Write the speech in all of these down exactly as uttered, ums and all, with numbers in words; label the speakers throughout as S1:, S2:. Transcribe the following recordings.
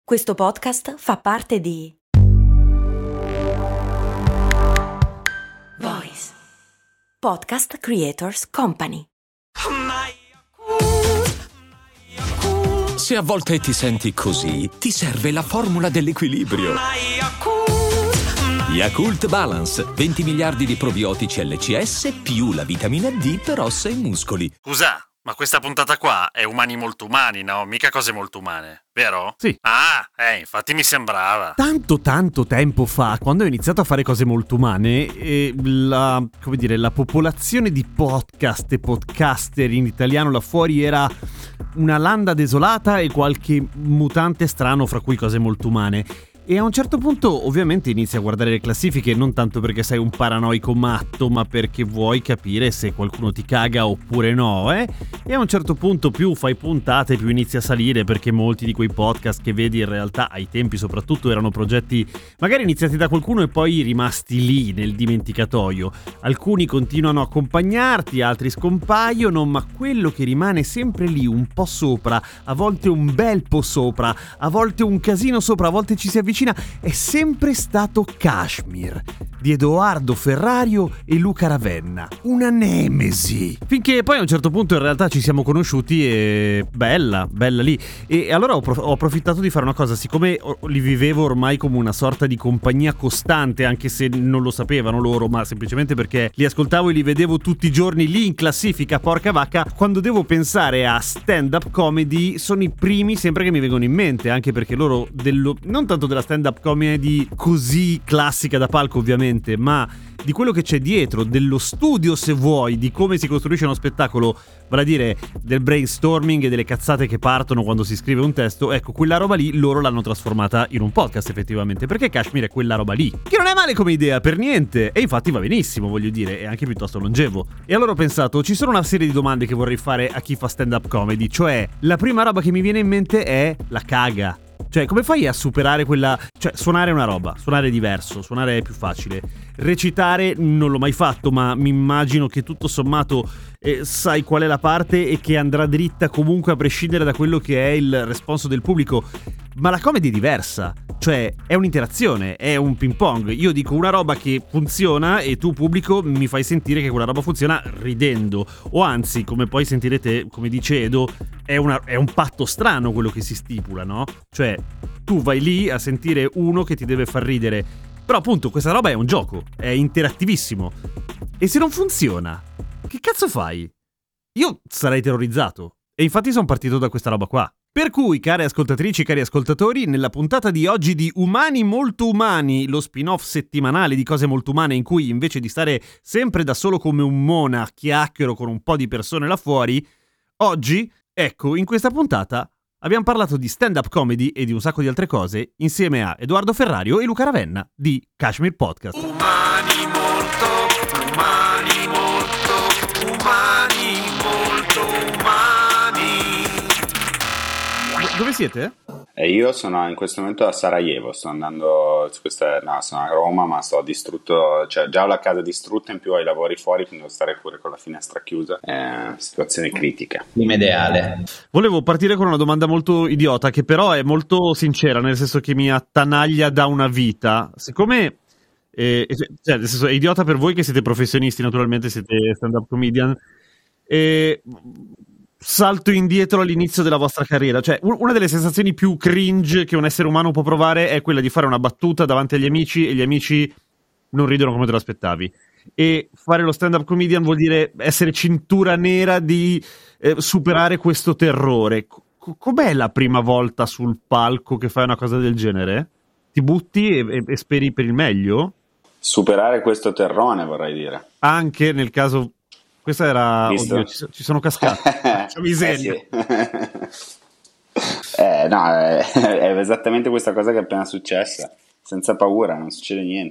S1: Questo podcast fa parte di Voice Podcast Creators Company.
S2: Se a volte ti senti così, ti serve la formula dell'equilibrio. Yakult Balance, venti miliardi di probiotici L C S più la vitamina D per ossa e muscoli.
S3: Scusa, ma questa puntata qua è umani molto umani, no? Mica cose molto umane, vero?
S4: Sì.
S3: Ah, eh, infatti mi sembrava.
S4: Tanto tanto tempo fa, quando ho iniziato a fare cose molto umane, eh, la, come dire, la popolazione di podcast e podcaster in italiano là fuori era una landa desolata e qualche mutante strano fra cui cose molto umane. E a un certo punto ovviamente inizi a guardare le classifiche non tanto perché sei un paranoico matto, ma perché vuoi capire se qualcuno ti caga oppure no, eh? E a un certo punto più fai puntate, più inizi a salire, perché molti di quei podcast che vedi in realtà ai tempi soprattutto erano progetti magari iniziati da qualcuno e poi rimasti lì nel dimenticatoio. Alcuni continuano a accompagnarti, altri scompaiono, ma quello che rimane sempre lì un po' sopra, a volte un bel po' sopra, a volte un casino sopra, a volte ci si avvicina, è sempre stato Kashmir di Edoardo Ferrario e Luca Ravenna, una nemesi, finché poi a un certo punto in realtà ci siamo conosciuti e bella, bella lì. E allora ho, prof- ho approfittato di fare una cosa, siccome li vivevo ormai come una sorta di compagnia costante, anche se non lo sapevano loro, ma semplicemente perché li ascoltavo e li vedevo tutti i giorni lì in classifica, porca vacca, quando devo pensare a stand-up comedy sono i primi sempre che mi vengono in mente, anche perché loro dello, non tanto della stand-up comedy così classica da palco ovviamente, ma di quello che c'è dietro, dello studio se vuoi, di come si costruisce uno spettacolo, vale a dire del brainstorming e delle cazzate che partono quando si scrive un testo, ecco, quella roba lì loro l'hanno trasformata in un podcast effettivamente, perché Kashmir è quella roba lì, che non è male come idea per niente, e infatti va benissimo, voglio dire, è anche piuttosto longevo. E allora ho pensato, ci sono una serie di domande che vorrei fare a chi fa stand-up comedy, cioè la prima roba che mi viene in mente è la caga. Cioè, come fai a superare quella... Cioè, suonare è una roba, suonare è diverso, suonare è più facile. Recitare non l'ho mai fatto, ma mi immagino che tutto sommato eh, sai qual è la parte e che andrà dritta comunque a prescindere da quello che è il responso del pubblico. Ma la comedy è diversa, cioè è un'interazione, è un ping pong. Io dico una roba che funziona e tu pubblico mi fai sentire che quella roba funziona ridendo. O anzi, come poi sentirete, come dice Edo, è, una, è un patto strano quello che si stipula, no? Cioè tu vai lì a sentire uno che ti deve far ridere. Però appunto questa roba è un gioco, è interattivissimo. E se non funziona, che cazzo fai? Io sarei terrorizzato. E infatti sono partito da questa roba qua. Per cui, care ascoltatrici, cari ascoltatori, nella puntata di oggi di Umani Molto Umani, lo spin-off settimanale di Cose Molto Umane in cui invece di stare sempre da solo come un mona chiacchiero con un po' di persone là fuori, oggi, ecco, in questa puntata abbiamo parlato di stand-up comedy e di un sacco di altre cose insieme a Edoardo Ferrario e Luca Ravenna di Kashmir Podcast.
S5: Umani molto umani, molto umani, molto umani.
S4: Dove siete?
S6: E io sono in questo momento a Sarajevo, sto andando, questa, no, sono a Roma, ma sto distrutto, cioè già ho la casa distrutta, in più ho i lavori fuori, quindi devo stare pure con la finestra chiusa, è situazione critica.
S7: Clima ideale.
S4: Volevo partire con una domanda molto idiota, che però è molto sincera, nel senso che mi attanaglia da una vita. Siccome, eh, cioè, nel senso, è idiota per voi che siete professionisti, naturalmente siete stand-up comedian, e... salto indietro all'inizio della vostra carriera, cioè una delle sensazioni più cringe che un essere umano può provare è quella di fare una battuta davanti agli amici e gli amici non ridono come te lo aspettavi, e fare lo stand-up comedian vuol dire essere cintura nera di eh, superare questo terrore. C- com'è la prima volta sul palco che fai una cosa del genere? Ti butti e, e, e speri per il meglio?
S6: Superare questo terrone, vorrei dire.
S4: Anche nel caso... Questa era... Oddio, ci, ci sono cascato. C'è miseria.
S6: Eh, sì. eh, no, è, è esattamente questa cosa che è appena successa. Senza paura, non succede niente.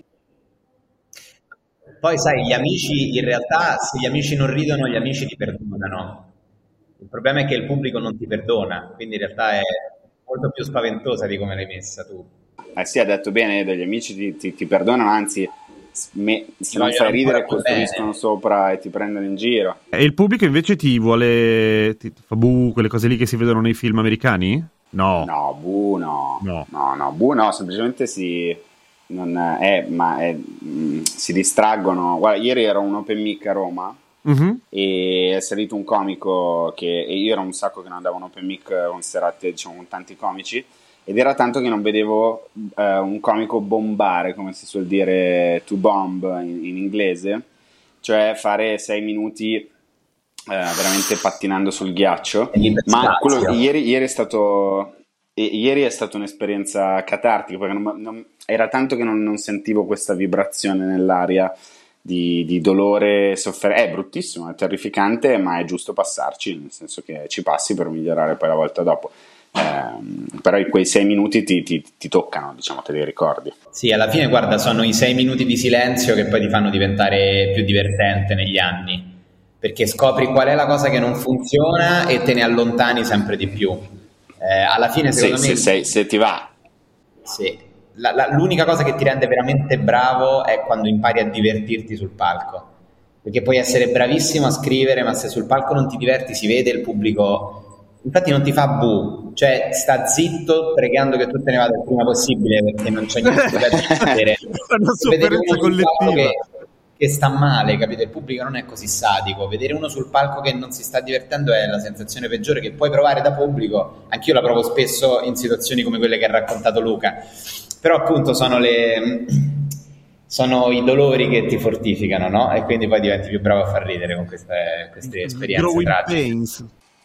S7: Poi sai, gli amici, in realtà, se gli amici non ridono, gli amici ti perdonano. Il problema è che il pubblico non ti perdona, quindi in realtà è molto più spaventosa di come l'hai messa tu.
S6: Eh sì, ha detto bene, gli amici ti, ti, ti perdonano, anzi... Me, se non
S7: Vogliono
S6: fai ridere
S7: ancora
S6: costruiscono
S7: bene.
S6: sopra e ti prendono in giro.
S4: E il pubblico invece ti vuole, ti fa bu, quelle cose lì che si vedono nei film americani? No.
S6: No, Bu no.
S4: No.
S6: No, no, Bu no, semplicemente si, non è, ma è, mh, si distraggono. Guarda, ieri ero un open mic a Roma
S4: Mhm.
S6: e è salito un comico che e io ero un sacco che non andavo a un open mic con serate, diciamo, con tanti comici, ed era tanto che non vedevo eh, un comico bombare, come si suol dire, to bomb in, in inglese, cioè fare sei minuti eh, veramente pattinando sul ghiaccio. Ma quello, ieri, ieri è stato e- ieri è stata un'esperienza catartica, perché non- non- era tanto che non, non sentivo questa vibrazione nell'aria di, di dolore, sofferenza. È bruttissimo, è terrificante, ma è giusto passarci, nel senso che ci passi per migliorare poi la volta dopo. Ehm, però quei sei minuti ti, ti- ti toccano, diciamo, te li ricordi.
S7: Sì, alla fine, guarda, sono i sei minuti di silenzio che poi ti fanno diventare più divertente negli anni, perché scopri qual è la cosa che non funziona e te ne allontani sempre di più. Eh, alla fine,
S6: Se,
S7: secondo
S6: se,
S7: me,
S6: sei- se ti va.
S7: sì, la- la- l'unica cosa che ti rende veramente bravo è quando impari a divertirti sul palco, perché puoi essere bravissimo a scrivere, ma se sul palco non ti diverti, si vede il pubblico, infatti non ti fa bu, cioè sta zitto pregando che tu te ne vada il prima possibile, perché non c'è niente da dire.
S4: È una
S7: Se vedete uno
S4: sofferenza
S7: sul palco
S4: collettiva.
S7: che, che sta male, capito? Il pubblico non è così sadico. Vedere uno sul palco che non si sta divertendo è la sensazione peggiore che puoi provare da pubblico. Anch'io la provo spesso in situazioni come quelle che ha raccontato Luca. Però appunto sono le sono i dolori che ti fortificano, no? E quindi poi diventi più bravo a far ridere con queste, queste esperienze
S4: Growing
S7: tragiche.
S4: pains.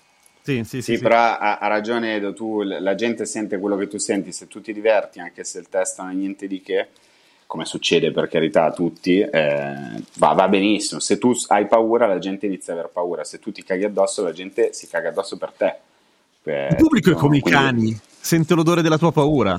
S4: Sì, sì, sì.
S6: Sì,
S4: sì.
S6: però ha, ha ragione Edo, tu, l- la gente sente quello che tu senti, se tu ti diverti, anche se il testo non è niente di che, come succede per carità a tutti, eh, va, va benissimo. Se tu s- hai paura, la gente inizia a aver paura, se tu ti caghi addosso, la gente si caga addosso per te. Eh,
S4: Il pubblico è
S6: sono-
S4: come i
S6: quindi-
S4: cani, sente l'odore della tua paura.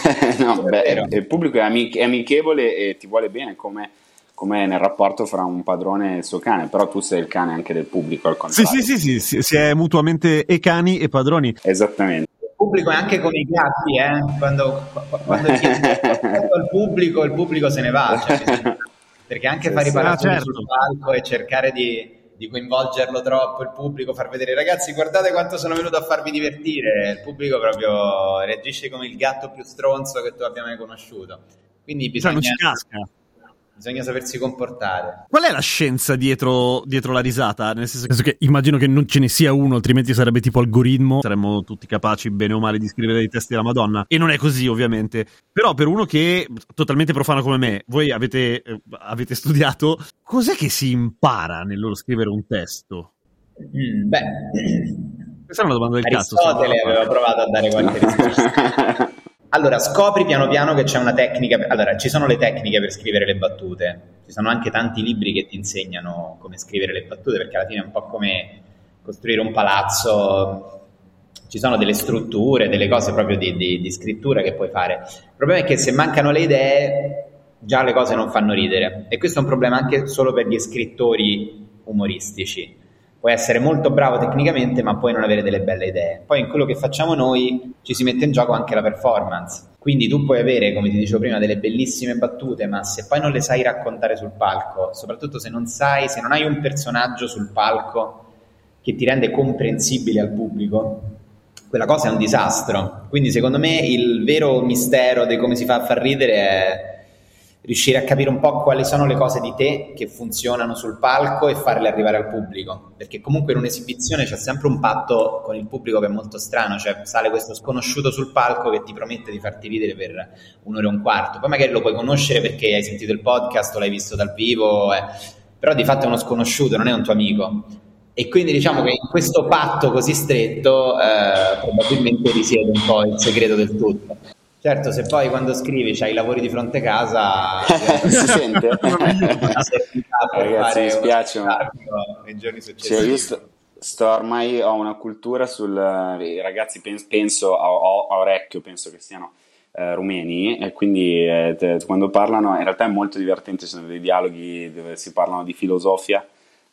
S6: No, beh,
S7: vero.
S6: il pubblico è, amic- è amichevole e ti vuole bene, come, come nel rapporto fra un padrone e il suo cane, però tu sei il cane anche del pubblico, al
S4: Sì,
S6: contrario.
S4: sì, sì, sì, sì, si è mutuamente e cani e padroni.
S6: Esattamente.
S7: Il pubblico è anche come i gatti, eh? Quando, quando chiedi al pubblico, il pubblico se ne va, cioè bisogna- perché anche
S6: Sì,
S7: fare i
S6: sì.
S7: paracuti
S4: Ah, certo.
S7: sul palco e cercare di, di coinvolgerlo troppo, il pubblico, far vedere ragazzi guardate quanto sono venuto a farvi divertire, il pubblico proprio reagisce come il gatto più stronzo che tu abbia mai conosciuto, quindi
S4: Cioè, non
S7: bisogna,
S4: ci casca.
S7: bisogna sapersi comportare.
S4: Qual è la scienza dietro, dietro la risata? Nel senso, nel senso che immagino che non ce ne sia uno, altrimenti sarebbe tipo algoritmo, saremmo tutti capaci, bene o male, di scrivere dei testi della Madonna. E non è così, ovviamente. Però per uno che è totalmente profano come me, voi avete, eh, avete studiato, cos'è che si impara nello scrivere un testo?
S7: Mm, beh,
S4: Questa è una domanda del cazzo.
S7: Aristotele
S4: secondo me.
S7: aveva provato a dare qualche risposta. Allora, scopri piano piano che c'è una tecnica. Allora, ci sono le tecniche per scrivere le battute. Ci sono anche tanti libri che ti insegnano come scrivere le battute, perché alla fine è un po' come costruire un palazzo. Ci sono delle strutture, delle cose proprio di, di- di scrittura che puoi fare. Il problema è che se mancano le idee, già le cose non fanno ridere. E questo è un problema anche solo per gli scrittori umoristici. Puoi essere molto bravo tecnicamente, ma poi non avere delle belle idee. Poi in quello che facciamo noi ci si mette in gioco anche la performance. Quindi tu puoi avere, come ti dicevo prima, delle bellissime battute, ma se poi non le sai raccontare sul palco, soprattutto se non sai, se non hai un personaggio sul palco che ti rende comprensibile al pubblico, quella cosa è un disastro. Quindi secondo me il vero mistero di come si fa a far ridere è riuscire a capire un po' quali sono le cose di te che funzionano sul palco e farle arrivare al pubblico, perché comunque in un'esibizione c'è sempre un patto con il pubblico che è molto strano, cioè sale questo sconosciuto sul palco che ti promette di farti ridere per un'ora e un quarto, poi magari lo puoi conoscere perché hai sentito il podcast o l'hai visto dal vivo, eh. Però di fatto è uno sconosciuto, non è un tuo amico. E quindi diciamo che in questo patto così stretto eh, probabilmente risiede un po' il segreto del tutto. Certo, se poi quando scrivi c'hai i lavori di fronte casa,
S6: Si sente?
S7: una serenità per
S6: Ragazzi,
S7: fare
S6: mi
S7: uno
S6: spiace, ma-
S7: spettacolo nei giorni
S6: Cioè,
S7: successivi.
S6: io sto, sto ormai ho una cultura sul i ragazzi pen- penso a, a- a orecchio penso che siano eh, rumeni, e quindi eh, te- quando parlano in realtà è molto divertente, ci sono dei dialoghi dove si parlano di filosofia,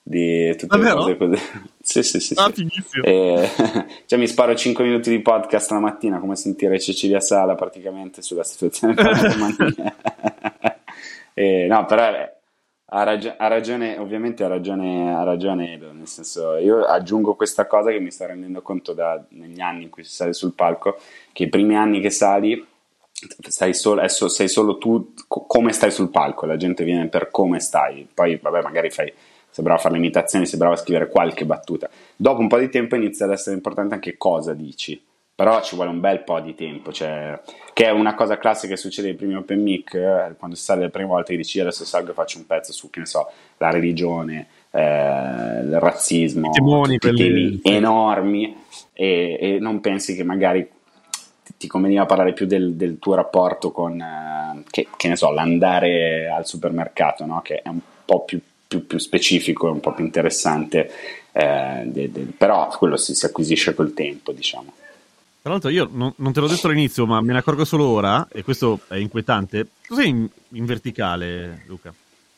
S6: di tutte le
S4: Davvero?
S6: cose così. Sì, sì, sì,
S4: Ah,
S6: sì.
S4: fighissimo.
S6: E, cioè mi sparo cinque minuti di podcast la mattina, come sentire Cecilia Sala praticamente sulla situazione della Romania. E, no, però eh, Ha, rag- ha ragione, ovviamente ha ragione, ha ragione Edo, nel senso, io aggiungo questa cosa che mi sto rendendo conto da, negli anni in cui si sale sul palco, che i primi anni che sali, stai solo, adesso sei solo tu, co- come stai sul palco, la gente viene per come stai, poi vabbè magari fai, sei bravo a fare le imitazioni, sei bravo a scrivere qualche battuta, dopo un po' di tempo inizia ad essere importante anche cosa dici. Però ci vuole un bel po' di tempo, cioè, che è una cosa classica che succede ai primi open mic, eh, quando si sale le prime volte che dici adesso salgo e faccio un pezzo su, che ne so, la religione, eh, il razzismo,
S4: I timoni,
S6: tutti
S4: quelli...
S6: temi enormi, e, e non pensi che magari ti, ti conveniva parlare più del, del tuo rapporto con, eh, che, che ne so, l'andare al supermercato, no? Che è un po' più, più, più specifico, un po' più interessante, eh, de, de, però quello si, si acquisisce col tempo, diciamo.
S4: Tra l'altro io non, non te l'ho detto all'inizio, ma me ne accorgo solo ora, e questo è inquietante. Tu sei in, in verticale, Luca?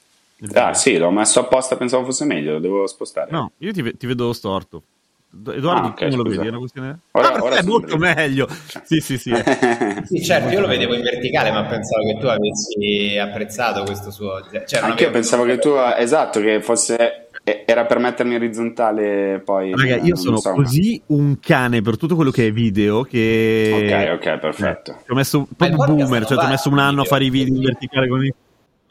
S6: Ah sì, l'ho messo apposta, pensavo fosse meglio, lo devo spostare.
S4: No, io ti, ti vedo storto. Edoardo,
S6: Ah, okay,
S4: come lo
S6: scusa.
S4: vedi? È una questione...
S6: Ora-
S4: ah,
S6: ora
S4: è
S6: sono
S4: molto
S6: bello.
S4: meglio. Sì, sì, sì. eh.
S7: Sì, certo, io lo vedevo in verticale, ma pensavo che tu avessi apprezzato questo suo... Cioè, non
S6: Anche io
S7: avevo-
S6: pensavo che tu, esatto, che fosse, era per mettermi orizzontale poi.
S4: Raga,
S6: non-
S4: io
S6: non
S4: sono
S6: so,
S4: così un cane per tutto quello che è video che...
S6: Ok, ok, perfetto.
S4: Ti ho messo
S7: Ma il
S4: proprio
S7: podcast
S4: boomer,
S7: non
S4: cioè ti ho
S7: va
S4: messo un
S7: in
S4: anno a
S7: video.
S4: fare i video in verticale con i...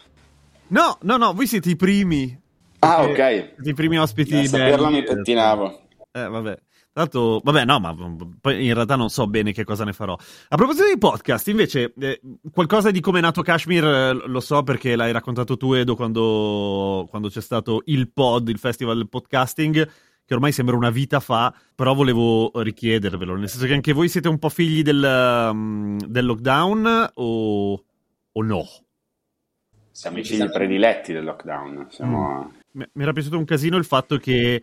S4: No, no, no, voi siete i primi.
S6: Ah,
S4: Siete-
S6: ok.
S4: siete i primi ospiti
S6: Da saperlo
S4: belli.
S6: mi pettinavo.
S4: Eh, vabbè. Tanto, vabbè, no, ma poi in realtà non so bene che cosa ne farò. A proposito dei podcast, invece, eh, qualcosa di come è nato Kashmir eh, lo so perché l'hai raccontato tu, Edo, quando, quando c'è stato il pod, il festival del podcasting, che ormai sembra una vita fa, però volevo richiedervelo, nel senso che anche voi siete un po' figli del, um, del lockdown o, o no?
S6: Siamo i figli prediletti del lockdown. Siamo...
S4: Mi mi era piaciuto un casino il fatto che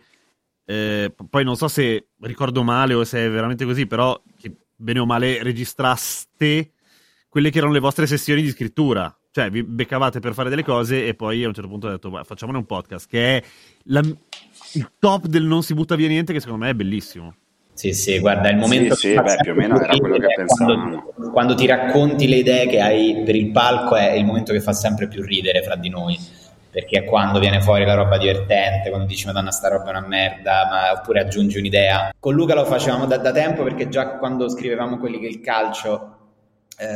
S4: eh, p- poi non so se ricordo male o se è veramente così, però che bene o male registraste quelle che erano le vostre sessioni di scrittura, cioè vi beccavate per fare delle cose e poi a un certo punto ho detto "Beh, facciamone un podcast", che è la- il top del non si butta via niente, che secondo me è bellissimo.
S7: Sì, sì, guarda, il momento
S6: Sì, sì,
S7: che fa
S6: beh,
S7: sempre
S6: più o meno era
S7: più
S6: quello che
S7: ridere è quando,
S6: pensavamo.
S7: quando ti racconti le idee che hai per il palco è il momento che fa sempre più ridere fra di noi, perché è quando viene fuori la roba divertente, quando dici madonna sta roba è una merda, ma, oppure aggiungi un'idea. Con Luca lo facevamo da, da tempo perché già quando scrivevamo quelli che il calcio, eh,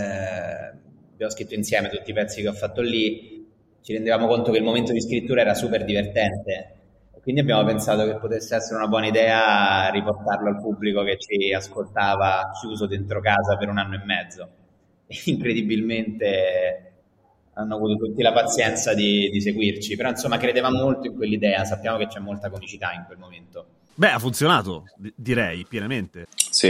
S7: abbiamo scritto insieme tutti i pezzi che ho fatto lì, ci rendevamo conto che il momento di scrittura era super divertente. Quindi abbiamo pensato che potesse essere una buona idea riportarlo al pubblico che ci ascoltava chiuso dentro casa per un anno e mezzo. E incredibilmente hanno avuto tutti la pazienza di, di seguirci, però insomma credevamo molto in quell'idea, sappiamo che c'è molta comicità in quel momento.
S4: Beh, ha funzionato, di- direi, pienamente.
S6: Sì.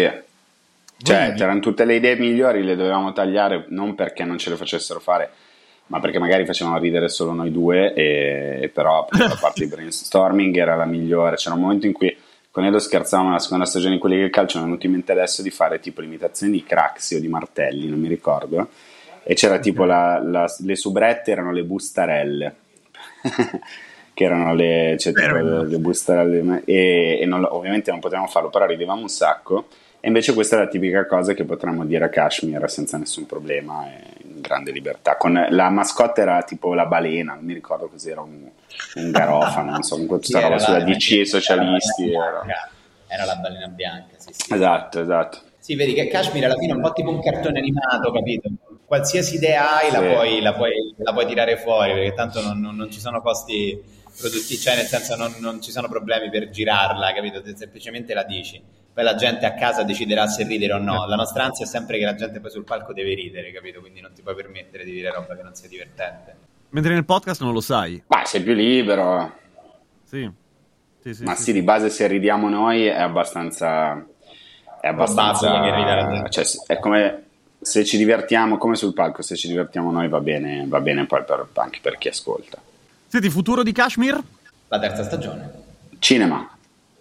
S6: Cioè,
S4: Voi-
S6: c'erano tutte le idee migliori, le dovevamo tagliare, non perché non ce le facessero fare, ma perché magari facevano ridere solo noi due, e, e però appunto, la parte di brainstorming era la migliore. C'era un momento in cui con Edo scherzavamo alla seconda stagione di quelli che il calcio, mi è venuto in mente adesso di fare tipo l'imitazione di Craxi o di Martelli, non mi ricordo, e c'era tipo la, la, le subrette erano le bustarelle che erano le, cioè, tipo, le, le bustarelle e, e non, ovviamente non potevamo farlo, però ridevamo un sacco. E invece questa è la tipica cosa che potremmo dire a Kashmir senza nessun problema e in grande libertà. Con la mascotte era tipo la balena, non mi ricordo cos'era, un, un garofano, non so, con tutta
S7: Sì,
S6: roba
S7: era
S6: sulla
S7: la-
S6: D C e i
S7: era
S6: socialisti.
S7: la balena
S6: Era...
S7: bianca. Era la balena bianca, sì, sì.
S6: Esatto, esatto.
S7: Sì, vedi che Kashmir alla fine è un po' tipo un cartone animato, capito? Qualsiasi idea hai la,
S6: Sì.
S7: puoi, la, puoi, la puoi tirare fuori, perché tanto non, non- non ci sono costi produttivi, cioè nel senso non, non ci sono problemi per girarla, capito? Te semplicemente la dici. Poi la gente a casa deciderà se ridere o no. La nostra ansia è sempre che la gente poi sul palco deve ridere, capito? Quindi non ti puoi permettere di dire roba che non sia divertente.
S4: Mentre nel podcast non lo sai.
S6: Ma sei più libero.
S4: Sì. Sì, sì,
S6: Ma
S4: sì,
S6: sì, di base se ridiamo noi è abbastanza è abbastanza
S7: Probabile che rida la gente.
S6: cioè, è come se ci divertiamo, come sul palco, se ci divertiamo noi va bene, va bene poi per, anche per chi ascolta.
S4: Senti, futuro di Kashmir?
S7: La terza stagione.
S6: Cinema.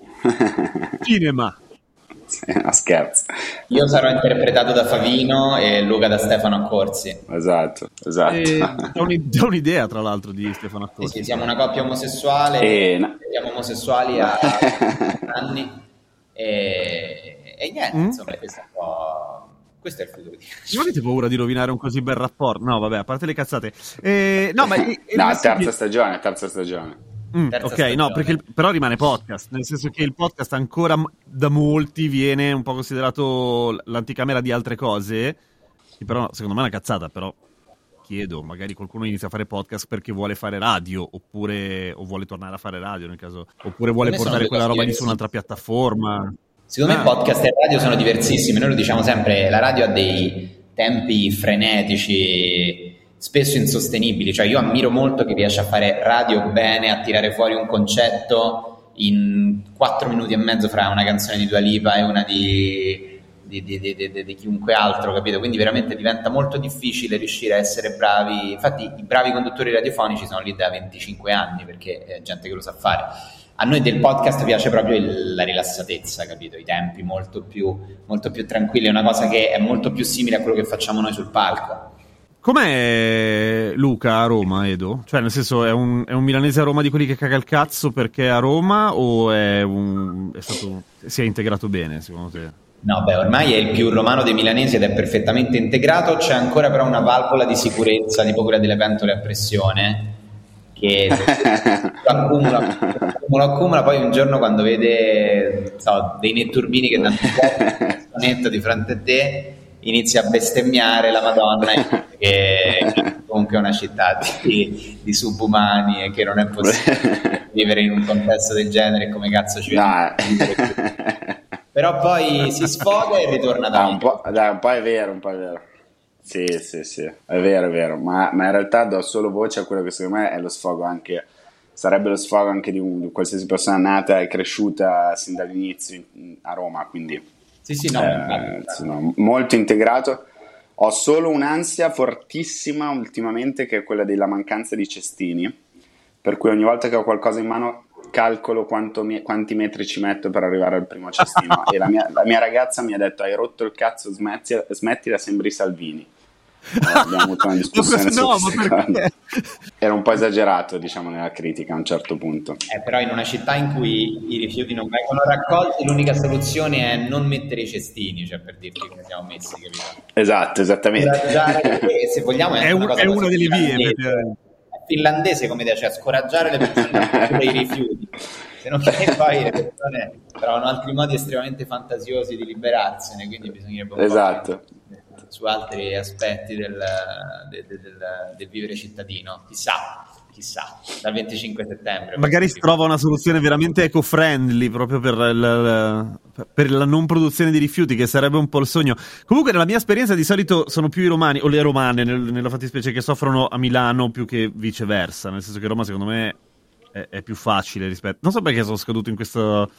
S4: Cinema.
S6: Sì, no, scherzo.
S7: Io sarò interpretato da Favino e Luca da Stefano Accorsi.
S6: Esatto, esatto.
S4: E ho un- ho un'idea, tra l'altro, di Stefano
S7: Sì,
S4: Accorsi.
S7: sì, siamo una coppia omosessuale,
S6: E no.
S7: siamo omosessuali a anni e, e niente,
S4: Mm?
S7: insomma, questo è un po'... Questo è il futuro di
S4: Non avete paura di rovinare un così bel rapporto? No, vabbè, a parte le cazzate. Eh, no, ma
S6: no, terza stagione, terza stagione.
S4: Mm,
S7: Terza
S4: ok,
S7: stagione.
S4: no, perché il- però rimane podcast, nel senso che il podcast ancora m- da molti viene un po' considerato l- l'anticamera di altre cose, che però secondo me è una cazzata, però chiedo, magari qualcuno inizia a fare podcast perché vuole fare radio, oppure o vuole tornare a fare radio nel caso, oppure vuole
S7: Secondo me sono
S4: portare
S7: due
S4: quella
S7: cose
S4: roba lì su
S7: diverse.
S4: un'altra piattaforma.
S7: Secondo me
S4: Ah.
S7: podcast e radio sono diversissimi, noi lo diciamo sempre, la radio ha dei tempi frenetici, spesso insostenibili, cioè io ammiro molto chi riesce a fare radio bene, a tirare fuori un concetto in quattro minuti e mezzo fra una canzone di Dua Lipa e una di, di, di, di, di, di chiunque altro, capito? Quindi veramente diventa molto difficile riuscire a essere bravi, infatti i bravi conduttori radiofonici sono lì da venticinque anni perché è gente che lo sa fare. A noi del podcast piace proprio il- la rilassatezza, capito? I tempi molto più, molto più tranquilli, è una cosa che è molto più simile a quello che facciamo noi sul palco.
S4: Com'è Luca a Roma, Edo? Cioè, nel senso, è un, è un milanese a Roma di quelli che caga il cazzo perché è a Roma o è un, è stato, si è integrato bene, secondo te?
S7: No, beh, ormai è il più romano dei milanesi ed è perfettamente integrato, c'è ancora però una valvola di sicurezza, tipo quella delle pentole a pressione, che lo accumula, accumula, accumula, poi un giorno quando vede non so, dei netturbini che danno un netto di fronte a te, inizia a bestemmiare la Madonna, che comunque è una città di, di subumani e che non è possibile vivere in un contesto del genere, e come cazzo ci viene. Però poi si sfoga e ritorna da
S6: Ah, un po', dai, un po' è vero, un po' è vero. Sì, sì, sì, è vero, è vero, ma, ma in realtà do solo voce a quello che secondo me è lo sfogo anche, sarebbe lo sfogo anche di, un, di qualsiasi persona nata e cresciuta sin dall'inizio in- a Roma, quindi
S7: Sì, sì, no,
S6: eh,
S7: infatti.
S6: sì, no, molto integrato. Ho solo un'ansia fortissima ultimamente che è quella della mancanza di cestini, per cui ogni volta che ho qualcosa in mano calcolo quanto mi- quanti metri ci metto per arrivare al primo cestino e la mia, la mia ragazza mi ha detto hai rotto il cazzo, smetti, smettila, sembri Salvini. Eh, abbiamo avuto una discussione su
S4: No,
S6: queste
S4: ma perché?
S6: cose. Era un po' esagerato, diciamo, nella critica a un certo punto.
S7: Eh, però in una città in cui i rifiuti non vengono raccolti, l'unica soluzione è non mettere i cestini, cioè per dirti come siamo messi, capito?
S6: Esatto, esattamente.
S7: Scoraggiare, perché se vogliamo è,
S4: È,
S7: una,
S4: un-
S7: cosa
S4: è
S7: quasi
S4: una delle vie.
S7: finlandese.
S4: perché-
S7: È finlandese come idea, cioè scoraggiare le persone a produrre i rifiuti. Se non che poi le persone trovano altri modi estremamente fantasiosi di liberarsene, quindi bisognerebbe un po'
S6: Esatto.
S7: su altri aspetti del, del, del- del- del vivere cittadino. Chissà, chissà, dal venticinque settembre.
S4: Magari si trova una soluzione veramente eco-friendly proprio per la, per la non produzione di rifiuti, che sarebbe un po' il sogno. Comunque nella mia esperienza di solito sono più i romani, o le romane nel- nella fattispecie, che soffrono a Milano più che viceversa, nel senso che Roma secondo me è, è più facile rispetto... Non so perché sono scaduto in questo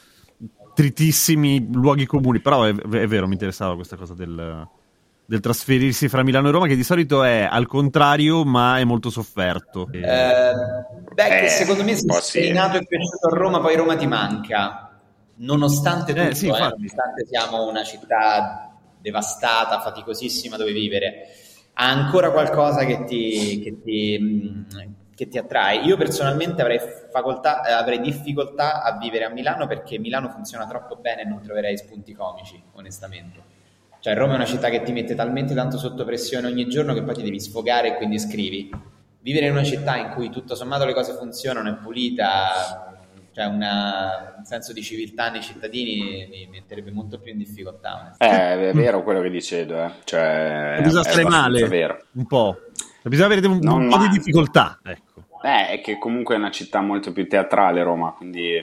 S4: tritissimi luoghi comuni, però è, è vero, mi interessava questa cosa del... del trasferirsi fra Milano e Roma, che di solito è al contrario, ma è molto sofferto. E-
S7: Eh, beh, che
S6: Eh,
S7: secondo me
S6: un
S7: se
S6: po'
S7: sei
S6: sì.
S7: nato e cresciuto a Roma, poi Roma ti manca, nonostante tutto,
S4: Eh, sì,
S7: eh,
S4: infatti.
S7: nonostante siamo una città devastata, faticosissima dove vivere, ha ancora qualcosa che ti, che ti, mh, che ti attrae. Io personalmente avrei facoltà, eh, avrei difficoltà a vivere a Milano perché Milano funziona troppo bene e non troverei spunti comici, onestamente. Cioè Roma è una città che ti mette talmente tanto sotto pressione ogni giorno che poi ti devi sfogare e quindi scrivi. Vivere in una città in cui tutto sommato le cose funzionano, è pulita, c'è una- un senso di civiltà nei cittadini, mi metterebbe molto più in difficoltà.
S6: Eh, è vero quello che dice Edo, eh. Cioè, è,
S4: bisogna
S6: è
S4: stare
S6: abbastanza
S4: male
S6: vero.
S4: un po'. Bisogna avere un,
S6: Non
S4: un po' di
S6: male.
S4: difficoltà, ecco.
S6: Eh, è che comunque è una città molto più teatrale Roma, quindi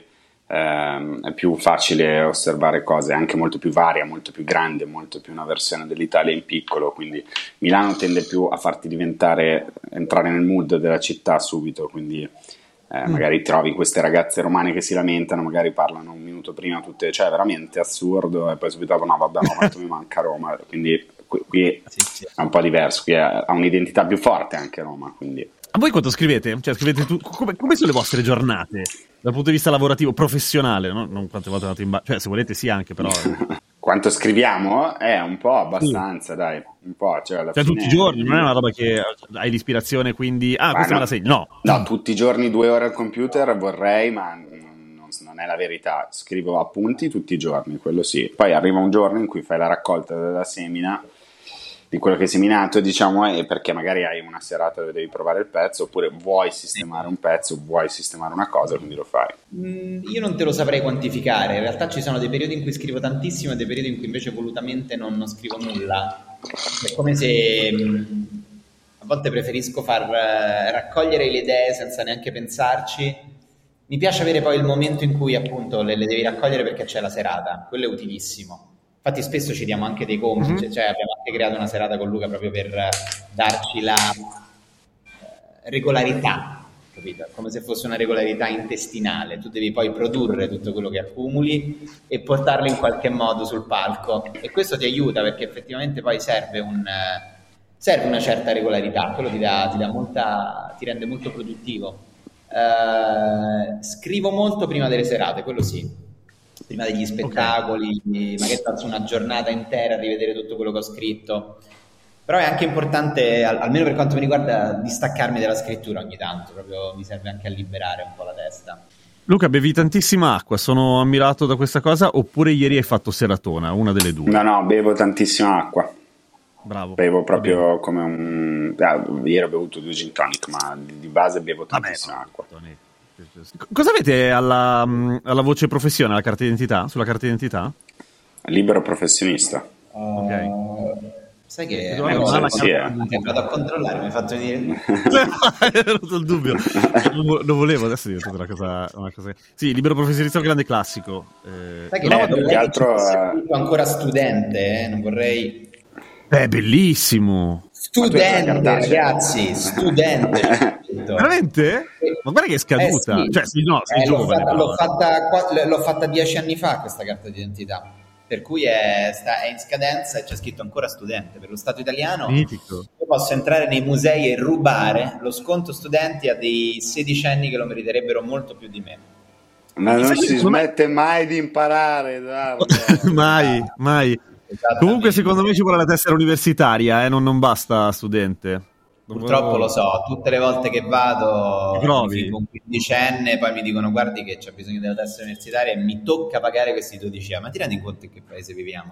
S6: ehm, è più facile osservare cose, anche molto più varia, molto più grande, molto più una versione dell'Italia in piccolo, quindi Milano tende più a farti diventare, entrare nel mood della città subito, quindi eh, magari trovi queste ragazze romane che si lamentano, magari parlano un minuto prima tutte, cioè è veramente assurdo, e poi subito dopo no vabbè, no, quanto mi manca Roma, quindi qui, qui
S7: Sì, sì.
S6: è un po' diverso, qui è- ha un'identità più forte anche Roma, quindi...
S4: A voi quanto scrivete? Cioè, scrivete tu, come, come sono le vostre giornate dal punto di vista lavorativo, professionale? No? Non quante volte andate in ba- cioè, se volete sì anche, però...
S6: Quanto scriviamo? Eh, un po', abbastanza, dai, un po'. Cioè, alla
S4: Cioè,
S6: fine-
S4: tutti i giorni, non è una roba che hai l'ispirazione, quindi... Ah,
S6: Ma
S4: questa
S6: no.
S4: me la segni. No.
S6: No, tutti i giorni due ore al computer vorrei, ma non, non- non è la verità. Scrivo appunti tutti i giorni, quello sì. Poi arriva un giorno in cui fai la raccolta della semina di quello che è seminato, diciamo, è perché magari hai una serata dove devi provare il pezzo, oppure vuoi sistemare un pezzo, vuoi sistemare una cosa, quindi lo fai.
S7: Mm, io non te lo saprei quantificare, in realtà ci sono dei periodi in cui scrivo tantissimo e dei periodi in cui invece volutamente non, non scrivo nulla. È come se mm, a volte preferisco far eh, raccogliere le idee senza neanche pensarci. Mi piace avere poi il momento in cui appunto le, le devi raccogliere perché c'è la serata, quello è utilissimo. Infatti spesso ci diamo anche dei compiti, mm-hmm. cioè abbiamo anche creato una serata con Luca proprio per darci la eh, regolarità, capito? Come se fosse una regolarità intestinale. Tu devi poi produrre tutto quello che accumuli e portarlo in qualche modo sul palco, e questo ti aiuta perché effettivamente poi serve un serve una certa regolarità, quello ti dà, ti dà molta, ti rende molto produttivo. Uh, scrivo molto prima delle serate, quello sì. Prima degli spettacoli, okay. Magari faccio una giornata intera a rivedere tutto quello che ho scritto, però è anche importante, al- almeno per quanto mi riguarda, distaccarmi dalla scrittura ogni tanto, proprio mi serve anche a liberare un po' la testa.
S4: Luca, bevi tantissima acqua, sono ammirato da questa cosa, oppure ieri hai fatto seratona, una delle due?
S6: No, no, bevo tantissima acqua.
S4: Bravo.
S6: Bevo proprio come un... Ah, ieri ho bevuto due gin tonic, ma di base bevo tantissima Vabbè, acqua. Tonic.
S4: Cosa avete alla, alla voce professione, alla carta d'identità? Sulla carta d'identità?
S6: Libero professionista.
S7: Uh,
S6: ok.
S7: Sai che
S6: è una cosa
S7: sì, eh. vado a controllare, mi hai fatto venire.
S4: È venuto il dubbio. Non, non volevo, adesso è diventata una cosa, una cosa. Sì, libero professionista è un grande classico.
S7: Eh, Sai che no, più che altro è ancora studente, eh? Non vorrei.
S4: È bellissimo.
S7: Studente, ragazzi, studente.
S4: Veramente? Ma guarda che è scaduta.
S7: Eh sì.
S4: Cioè, sì, no, sei
S7: eh,
S4: giovane.
S7: L'ho fatta, l'ho, fatta, l'ho fatta dieci anni fa questa carta d'identità. Per cui è, sta, è in scadenza e c'è scritto ancora studente. Per lo Stato italiano
S4: Mitico.
S7: Io posso entrare nei musei e rubare lo sconto studenti a dei sedicenni che lo meriterebbero molto più di me.
S6: Ma non si smette mai di imparare,
S4: mai, mai. Comunque secondo me ci vuole la tessera universitaria, eh? non, non basta studente.
S7: Purtroppo lo so, tutte le volte che vado con un quindicenne poi mi dicono guardi che c'è bisogno della tessera universitaria e mi tocca pagare questi dodici euro. Ma ti rendi conto in che paese viviamo?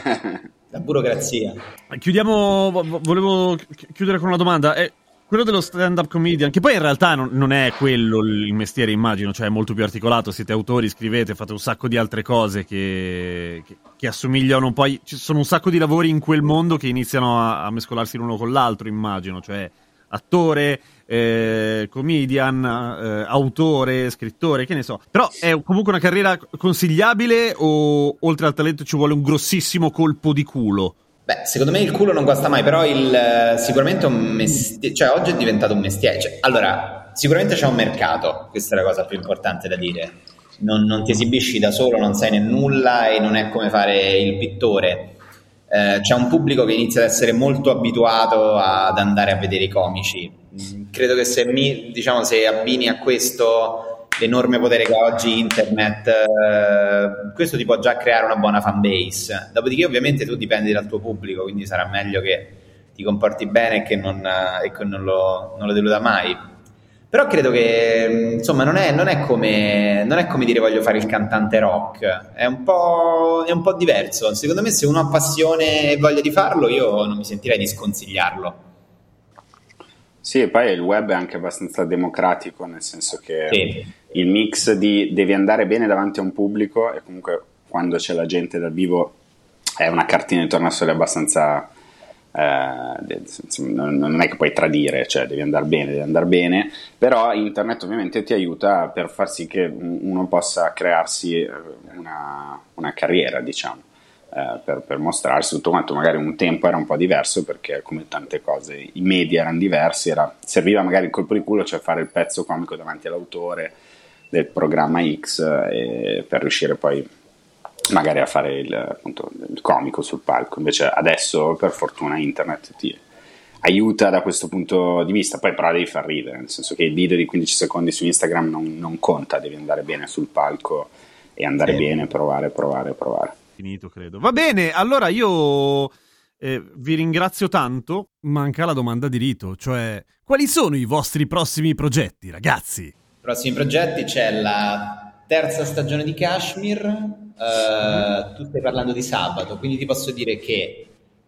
S7: La burocrazia.
S4: Chiudiamo, volevo chiudere con una domanda. È quello dello stand-up comedian, che poi in realtà non, non è quello il mestiere, immagino, cioè è molto più articolato, siete autori, scrivete, fate un sacco di altre cose che, che, che assomigliano poi, ci sono un sacco di lavori in quel mondo che iniziano a, a mescolarsi l'uno con l'altro, immagino, cioè attore, eh, comedian, eh, autore, scrittore, che ne so. Però è comunque una carriera consigliabile o oltre al talento ci vuole un grossissimo colpo di culo?
S7: Beh, secondo me il culo non guasta mai, però il, sicuramente un mestiere, cioè oggi è diventato un mestiere. Cioè, allora, sicuramente c'è un mercato, questa è la cosa più importante da dire. Non, non ti esibisci da solo, non sai né nulla e non è come fare il pittore. Eh, c'è un pubblico che inizia ad essere molto abituato ad andare a vedere i comici. Credo che se mi, diciamo, se abbini a questo l'enorme potere che ha oggi internet, eh, questo ti può già creare una buona fan base. Dopodiché ovviamente tu dipendi dal tuo pubblico, quindi sarà meglio che ti comporti bene e che non, e che non, lo, non lo deluda mai. Però credo che insomma non è, non è come non è come dire voglio fare il cantante rock, è un po', è un po' diverso. Secondo me se uno ha passione e voglia di farlo, io non mi sentirei di sconsigliarlo.
S6: Sì, e poi il web è anche abbastanza democratico, nel senso che
S7: sì.
S6: Il mix di devi andare bene davanti a un pubblico e comunque quando c'è la gente dal vivo è una cartina di tornasole abbastanza eh, non è che puoi tradire, cioè devi andare bene, devi andare bene, però internet ovviamente ti aiuta per far sì che uno possa crearsi una, una carriera, diciamo. Eh, per, per mostrarsi tutto quanto. Magari un tempo era un po' diverso perché come tante cose i media erano diversi, era, serviva magari il colpo di culo, cioè fare il pezzo comico davanti all'autore del programma X eh, per riuscire poi magari a fare il, appunto, il comico sul palco. Invece adesso per fortuna internet ti aiuta da questo punto di vista, poi però devi far ridere, nel senso che il video di quindici secondi su Instagram non, non conta, devi andare bene sul palco e andare sì. bene, provare, provare, provare.
S4: Finito, credo. Va bene, allora io eh, vi ringrazio tanto. Manca la domanda di rito, cioè quali sono i vostri prossimi progetti, ragazzi?
S7: Prossimi progetti, c'è la terza stagione di Kashmir, eh, tu stai parlando di sabato, quindi ti posso dire che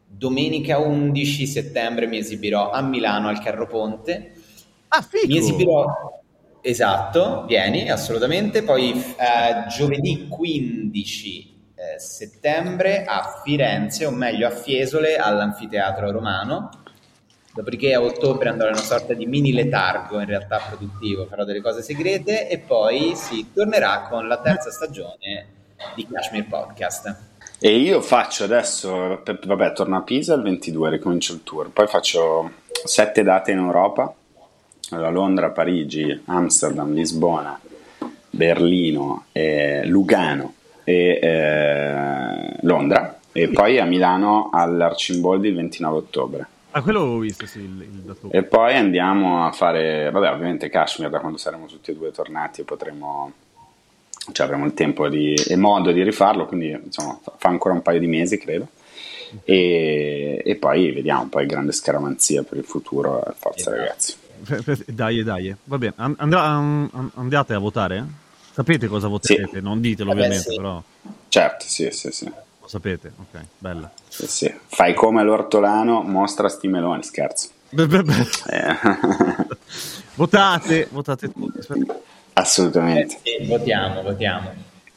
S7: domenica undici settembre mi esibirò a Milano al Carro Ponte.
S4: Ah, figo!
S7: Mi esibirò, esatto, vieni, assolutamente. Poi eh, giovedì quindici eh, settembre a Firenze, o meglio a Fiesole, all'Anfiteatro Romano. Dopodiché a ottobre andrò in una sorta di mini letargo, in realtà produttivo, farò delle cose segrete e poi si tornerà con la terza stagione di Kashmir Podcast.
S6: E io faccio adesso, vabbè, torno a Pisa il ventidue, ricomincio il tour, poi faccio sette date in Europa, allora Londra, Parigi, Amsterdam, Lisbona, Berlino, eh, Lugano e eh, Londra, e poi a Milano all'Arcimboldi il ventinove ottobre.
S4: Ah, quello avevo visto, sì, il, il dato.
S6: E poi andiamo a fare, vabbè, ovviamente Kashmir, da quando saremo tutti e due tornati potremo, cioè avremo il tempo di, e modo di rifarlo, quindi insomma fa ancora un paio di mesi credo, e, e poi vediamo, poi grande scaramanzia per il futuro, forza ragazzi.
S4: Dai, dai, va bene, Andrà, andate a votare? Sapete cosa voterete? Sì. Non ditelo ovviamente,
S7: Vabbè, sì.
S4: Però
S6: Certo, sì, sì, sì.
S4: Lo sapete, ok, bella.
S6: Sì, sì. Fai come l'ortolano, mostra sti meloni, scherzo.
S4: Beh, beh, beh.
S6: Eh.
S4: Votate, votate tutti. Aspetta.
S6: Assolutamente.
S7: Eh, sì, votiamo, votiamo.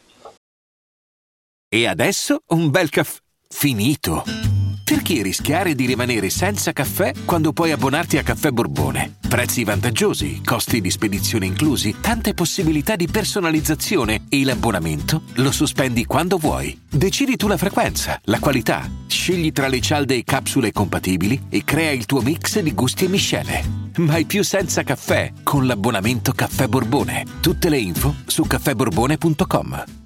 S8: E adesso un bel caffè finito. Perché rischiare di rimanere senza caffè quando puoi abbonarti a Caffè Borbone? Prezzi vantaggiosi, costi di spedizione inclusi, tante possibilità di personalizzazione e l'abbonamento lo sospendi quando vuoi. Decidi tu la frequenza, la qualità, scegli tra le cialde e capsule compatibili e crea il tuo mix di gusti e miscele. Mai più senza caffè con l'abbonamento Caffè Borbone. Tutte le info su caffè borbone punto com.